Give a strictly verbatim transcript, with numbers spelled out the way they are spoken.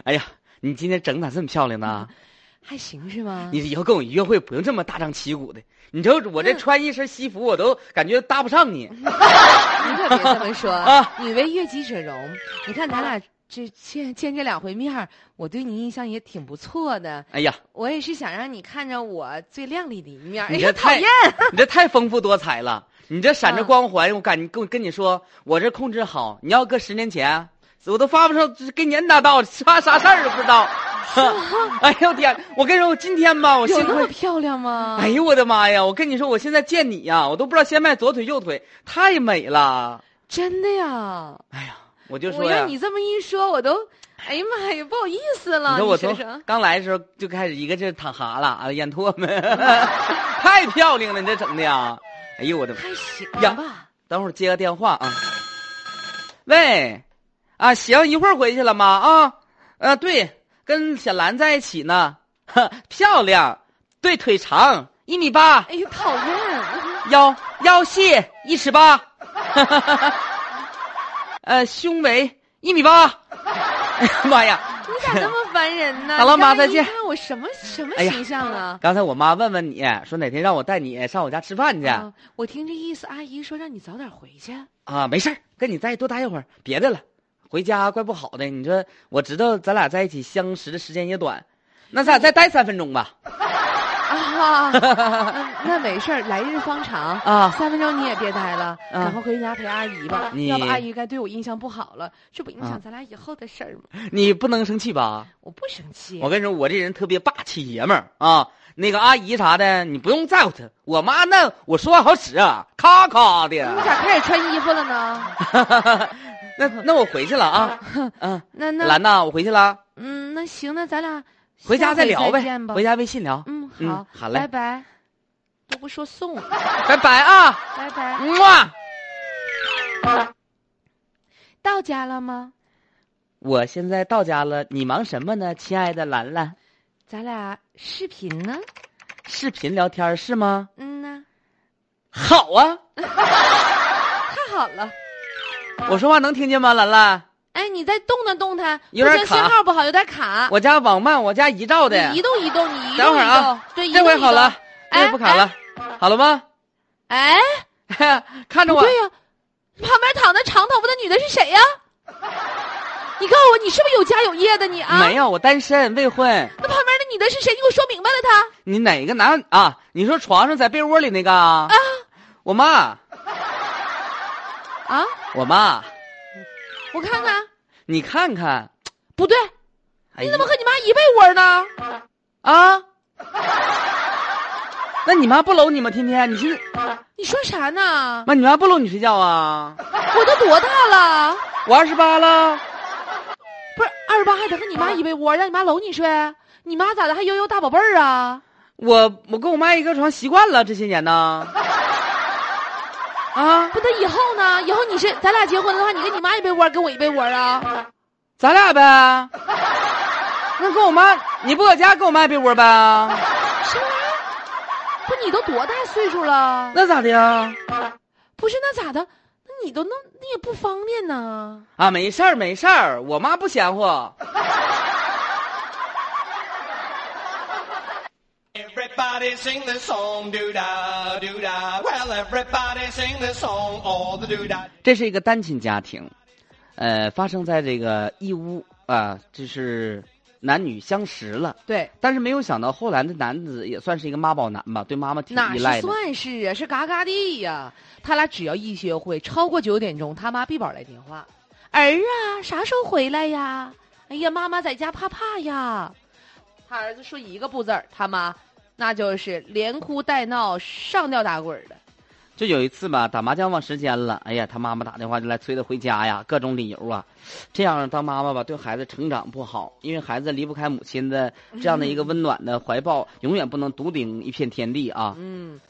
哎呀，你今天整咋这么漂亮呢？ 还行是吗？ 你以后跟我约会不用这么大张旗鼓的。你知道我这穿一身西服，我都感觉搭不上你。 你可别这么说啊！ 你为悦己者容。你看咱俩这见见这两回面，我对你印象也挺不错的。 哎呀， 我也是想让你看着我最亮丽的一面。 你这太、 哎呀，讨厌！ 你这太丰富多彩了，你这闪着光环，啊、我感跟跟你说，我这控制好。你要搁十年前，我都发不上，给你打到啥啥事儿都不知道。哎呦天！我跟你说，我今天吧，我有那么漂亮吗？ 哎呦我的妈呀！我跟你说，我现在见你呀，我都不知道先迈左腿右腿，太美了。 真的呀！ 哎呀，我就说呀， 我让你这么一说，我都，哎呀妈呀，不好意思了。 你说我从刚来的时候就开始一个劲淌哈喇啊，咽唾沫，太漂亮了，你这整的呀！哎呦我的， 还行呀吧。 等会儿接个电话啊。喂，啊行，一会儿回去了吗？啊，呃对。跟小兰在一起呢，呵，漂亮，对，腿长，一米八。 哎呦，讨厌！ 腰腰细，一尺八。呃，胸围一米八。哎呀妈呀！ 你咋那么烦人呢？ 好了，妈再见。 你看我什么什么形象啊、 哎？刚才我妈问问你说哪天让我带你上我家吃饭去。 啊、我听这意思，阿姨说让你早点回去。 啊，没事跟你再多待一会儿，别的了。回家怪不好的，你说我知道咱俩在一起相识的时间也短，那咱俩再待三分钟吧。 啊，那, 那没事儿，来日方长啊， 三分钟你也别待了， 啊、 赶快回家陪阿姨吧。 你要不阿姨该对我印象不好了，这不影响咱俩以后的事儿吗？ 你不能生气吧？ 我不生气。 我跟你说，我这人特别霸气爷们儿啊。那个阿姨啥的，你不用在乎她。我妈那我说话好使啊，咔咔的。 你咋开始穿衣服了呢？ 那那我回去了啊，嗯， 那那兰娜，我回去了。 嗯，那行，那咱俩回家再聊呗， 吧回家微信聊。 嗯，好， 嗯、好嘞， 拜拜。都不说送， 拜拜啊， 拜拜。 么。 到家了吗？ 我现在到家了，你忙什么呢，亲爱的兰兰？ 咱俩视频呢？ 视频聊天是吗？ 嗯呐。 好啊。 太好了。 我说话能听见吗，兰兰？ 哎，你再动弹动弹， 有点卡， 信号不好，有点卡。 我家网慢，我家移照的。 你移动移动，你移动移动。 等会儿啊， 对， 这回好了，这回不卡了， 哎、 好了吗？ 哎， 看着我。 对呀、啊，旁边躺着长头发的女的是谁呀、啊？你告诉我，你是不是有家有业的你啊？ 没有，我单身未婚。 那旁边的女的是谁？你给我说明白了她。 你哪个男啊？你说床上在被窝里那个啊？我妈。 啊， 我妈， 我看看， 你看看， 不对， 哎、 你怎么和你妈一被窝呢？ 啊？那你妈不搂你吗？天天，你是？ 你说啥呢？ 妈，你妈不搂你睡觉啊？ 我都多大了？ 我二十八了。 不是二十八还得和你妈一被窝，让你妈搂你睡？你妈咋的还悠悠大宝贝儿啊？ 我我跟我妈一个床习惯了，这些年呢。啊， 不，那以后呢？以后你是咱俩结婚的话，你跟你妈一被窝，跟我一被窝啊？ 咱俩呗。那跟我妈，你不搁家跟我妈一被窝呗？ 什么？不，你都多大岁数了？ 那咋的呀？ 不是，那咋的？那你都那你也不方便呢。 啊，没事儿没事儿，我妈不嫌乎。 Everybody sing the song, do da do da. Well, everybody sing the song, all the do da. 这是一个单亲家庭，呃，发生在这个义乌啊，这是男女相识了。 对， 但是没有想到后来的男子也算是一个妈宝男吧，对妈妈挺依赖的。 哪是算是啊，是嘎嘎地呀！他俩只要一约会，超过九点钟，他妈必保来电话：“儿啊，啥时候回来呀？哎呀，妈妈在家怕怕呀。”他儿子说一个不字儿，他妈那就是连哭带闹、上吊打滚的。 就有一次吧，打麻将忘时间了，哎呀，他妈妈打电话就来催他回家呀，各种理由啊。这样当妈妈吧，对孩子成长不好，因为孩子离不开母亲的这样的一个温暖的怀抱，永远不能独顶一片天地啊。 嗯。